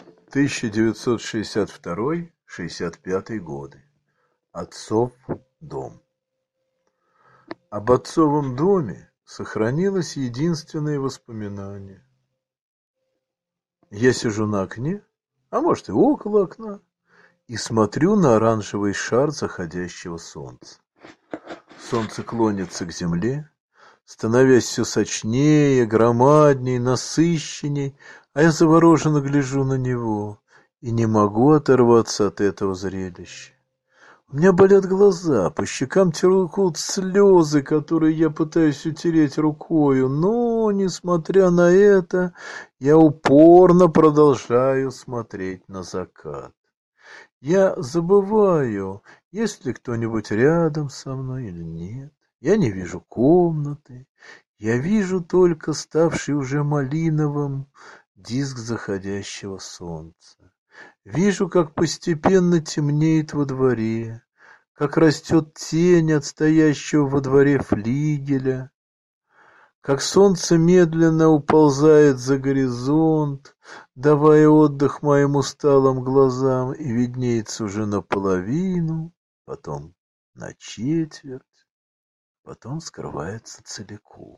1962-65 годы. Отцов дом. Об отцовом доме сохранилось единственное воспоминание. Я сижу на окне, а может и около окна, и смотрю на оранжевый шар заходящего солнца. Солнце клонится к земле, становясь все сочнее, громадней, насыщенней, а я завороженно гляжу на него и не могу оторваться от этого зрелища. У меня болят глаза, по щекам текут слезы, которые я пытаюсь утереть рукою, но, несмотря на это, я упорно продолжаю смотреть на закат. Я забываю, есть ли кто-нибудь рядом со мной или нет. Я не вижу комнаты, я вижу только ставший уже малиновым диск заходящего солнца. Вижу, как постепенно темнеет во дворе, как растет тень от стоящего во дворе флигеля, как солнце медленно уползает за горизонт, давая отдых моим усталым глазам, и виднеется уже наполовину, потом на четверть, потом скрывается целиком.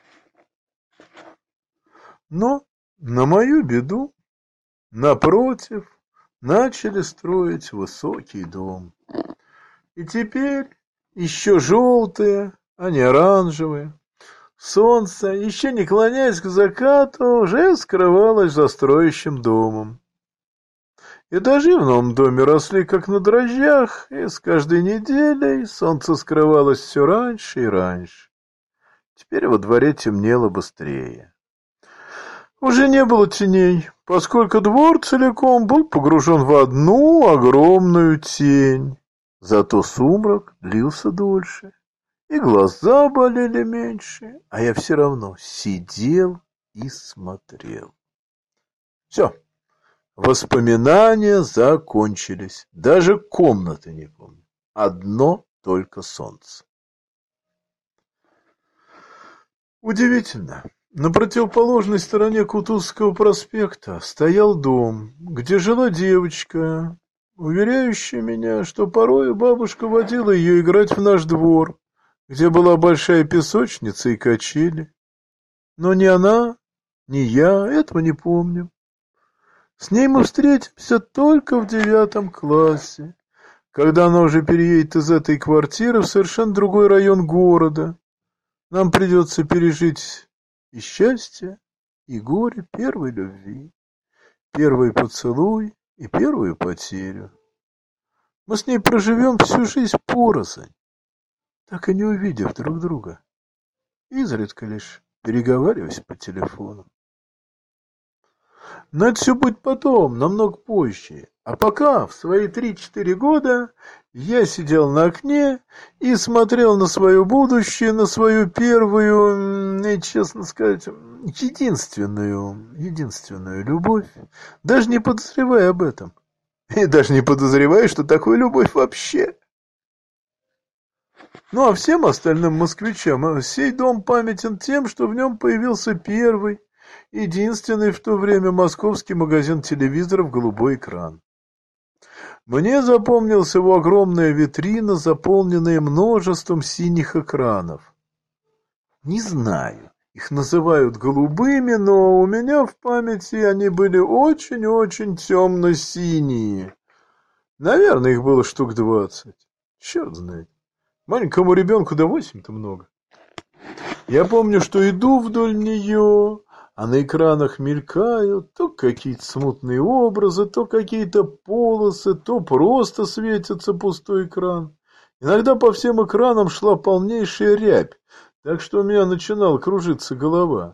Но, на мою беду, напротив, начали строить высокий дом. И теперь еще желтые, а не оранжевые. Солнце, еще не клонясь к закату, уже скрывалось за строящим домом. Этажи в новом доме росли как на дрожжах, и с каждой неделей солнце скрывалось все раньше и раньше. Теперь во дворе темнело быстрее. Уже не было теней, поскольку двор целиком был погружен в одну огромную тень. Зато сумрак длился дольше, и глаза болели меньше, а я все равно сидел и смотрел. Все, воспоминания закончились, даже комнаты не помню, одно только солнце. Удивительно. На противоположной стороне Кутузовского проспекта стоял дом, где жила девочка, уверяющая меня, что порой бабушка водила ее играть в наш двор, где была большая песочница и качели. Но ни она, ни я этого не помним. С ней мы встретимся только в 9 классе, когда она уже переедет из этой квартиры в совершенно другой район города. Нам придется пережить и счастье, и горе первой любви, первый поцелуй и первую потерю. Мы с ней проживем всю жизнь порознь, так и не увидев друг друга, изредка лишь переговариваясь по телефону. Но это все будет потом, намного позже. А пока, в свои 3-4 года, я сидел на окне и смотрел на свое будущее, на свою первую, и, честно сказать, единственную любовь, даже не подозревая об этом. И даже не подозревая, что такое любовь вообще. Ну а всем остальным москвичам сей дом памятен тем, что в нем появился первый, единственный в то время московский магазин телевизоров «Голубой экран». Мне запомнился его огромная витрина, заполненная множеством синих экранов. Не знаю, их называют голубыми, но у меня в памяти они были очень-очень темно-синие. Наверное, их было штук 20. Черт знает. Маленькому ребенку до 8-то много. Я помню, что иду вдоль нее, а на экранах мелькают то какие-то смутные образы, то какие-то полосы, то просто светится пустой экран. Иногда по всем экранам шла полнейшая рябь, так что у меня начинала кружиться голова.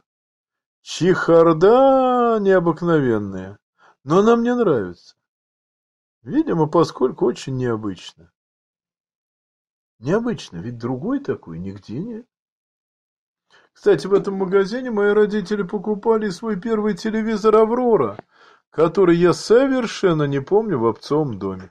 Чехарда необыкновенная, но она мне нравится. Видимо, поскольку очень необычно. Необычно, ведь другой такой нигде нет. Кстати, в этом магазине мои родители покупали свой первый телевизор «Аврора», который я совершенно не помню в отцовом доме.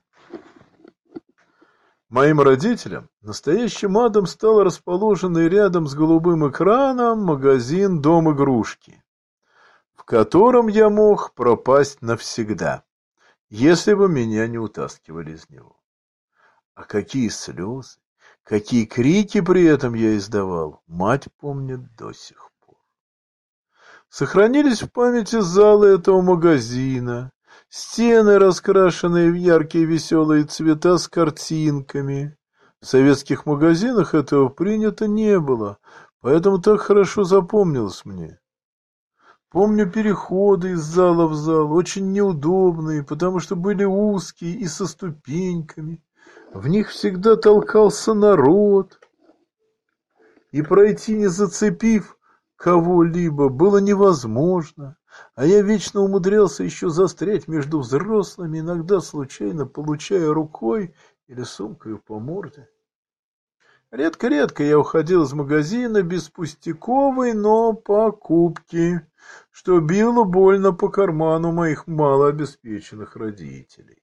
Моим родителям настоящим адом стал расположенный рядом с голубым экраном магазин «Дом игрушки». в котором я мог пропасть навсегда, если бы меня не утаскивали из него. А какие слезы, какие крики при этом я издавал, мать помнит до сих пор. Сохранились в памяти залы этого магазина, стены, раскрашенные в яркие веселые цвета с картинками. В советских магазинах этого принято не было, поэтому так хорошо запомнилось мне. Помню переходы из зала в зал, очень неудобные, потому что были узкие и со ступеньками. В них всегда толкался народ, и пройти, не зацепив кого-либо, было невозможно, а я вечно умудрялся еще застрять между взрослыми, иногда случайно получая рукой или сумкой по морде. Редко-редко я уходил из магазина без пустяковой, но покупки, что било больно по карману моих малообеспеченных родителей.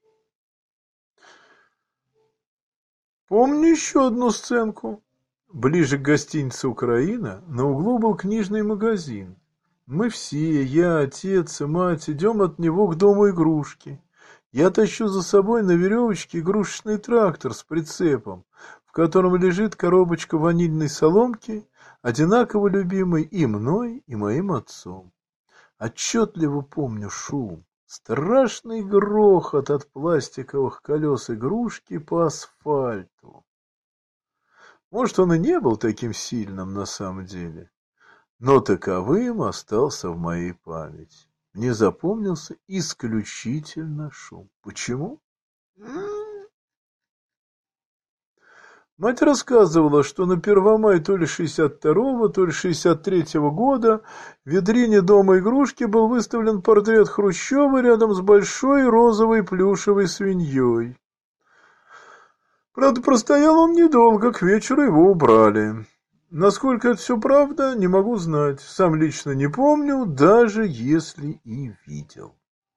Помню еще одну сценку. Ближе к гостинице «Украина» на углу был книжный магазин. Мы все, я, отец и мать, идем от него к дому игрушки. Я тащу за собой на веревочке игрушечный трактор с прицепом, в котором лежит коробочка ванильной соломки, одинаково любимой и мной, и моим отцом. Отчетливо помню шум, страшный грохот от пластиковых колес игрушки по асфальту. Может, он и не был таким сильным на самом деле, но таковым остался в моей памяти. Мне запомнился исключительно шум. Почему? Мать рассказывала, что на Первомай то ли 62-го, то ли 63-го года в витрине дома игрушки был выставлен портрет Хрущева рядом с большой розовой плюшевой свиньей. Правда, простоял он недолго, к вечеру его убрали. Насколько это все правда, не могу знать. Сам лично не помню, даже если и видел.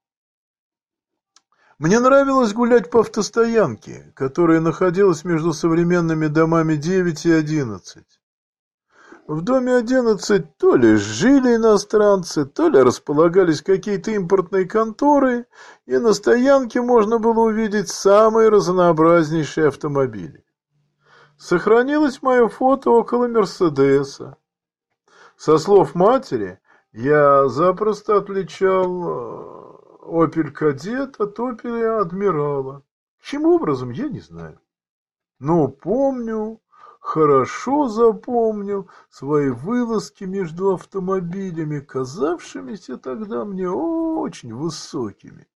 Мне нравилось гулять по автостоянке, которая находилась между современными домами 9 и 11. В доме 11 то ли жили иностранцы, то ли располагались какие-то импортные конторы, и на стоянке можно было увидеть самые разнообразнейшие автомобили. Сохранилось мое фото около Мерседеса. Со слов матери, я запросто отличал Опель Кадет от Опеля Адмирала. Каким образом, я не знаю. Но помню, хорошо запомнил свои вылазки между автомобилями, казавшимися тогда мне очень высокими.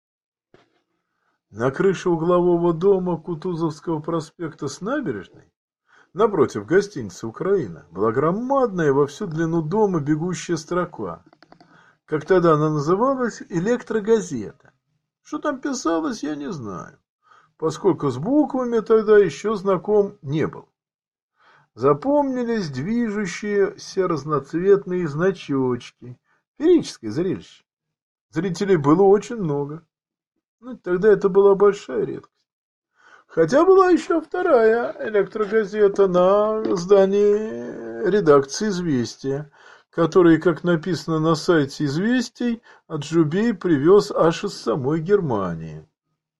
На крыше углового дома Кутузовского проспекта с набережной, напротив гостиницы «Украина», была громадная во всю длину дома бегущая строка. Как тогда она называлась, электрогазета. Что там писалось, я не знаю, поскольку с буквами тогда еще знаком не был. Запомнились движущиеся разноцветные значочки. Феерическое зрелище. Зрителей было очень много. Тогда это была большая редкость. Хотя была еще вторая электрогазета на здании редакции «Известия», который, как написано на сайте «Известий», Аджубей привез аж из самой Германии.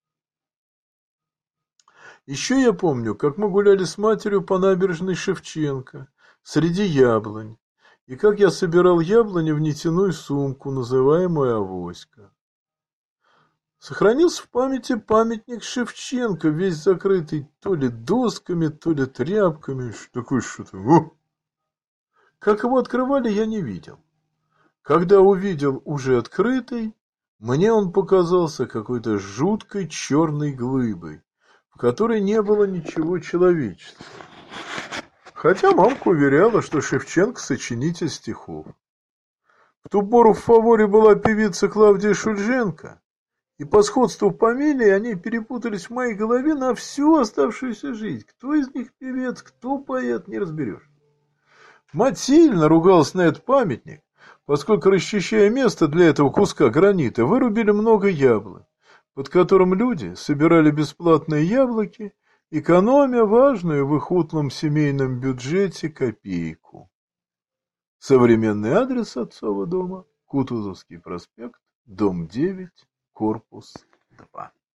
Еще я помню, как мы гуляли с матерью по набережной Шевченко, среди яблонь, и как я собирал яблони в нитяную сумку, называемую авоська. Сохранился в памяти памятник Шевченко, весь закрытый то ли досками, то ли тряпками. Такое что-то. Как его открывали, я не видел. Когда увидел уже открытый, мне он показался какой-то жуткой черной глыбой, в которой не было ничего человеческого. Хотя мамка уверяла, что Шевченко сочинитель стихов. В ту пору в фаворе была певица Клавдия Шульженко, и по сходству фамилии они перепутались в моей голове на всю оставшуюся жизнь. Кто из них певец, кто поэт, не разберешь. Мать сильно ругалась на этот памятник, поскольку, расчищая место для этого куска гранита, вырубили много яблонь, под которым люди собирали бесплатные яблоки, экономя важную в их утлом семейном бюджете копейку. Современный адрес отцова дома Кутузовский проспект, дом 9, корпус 2.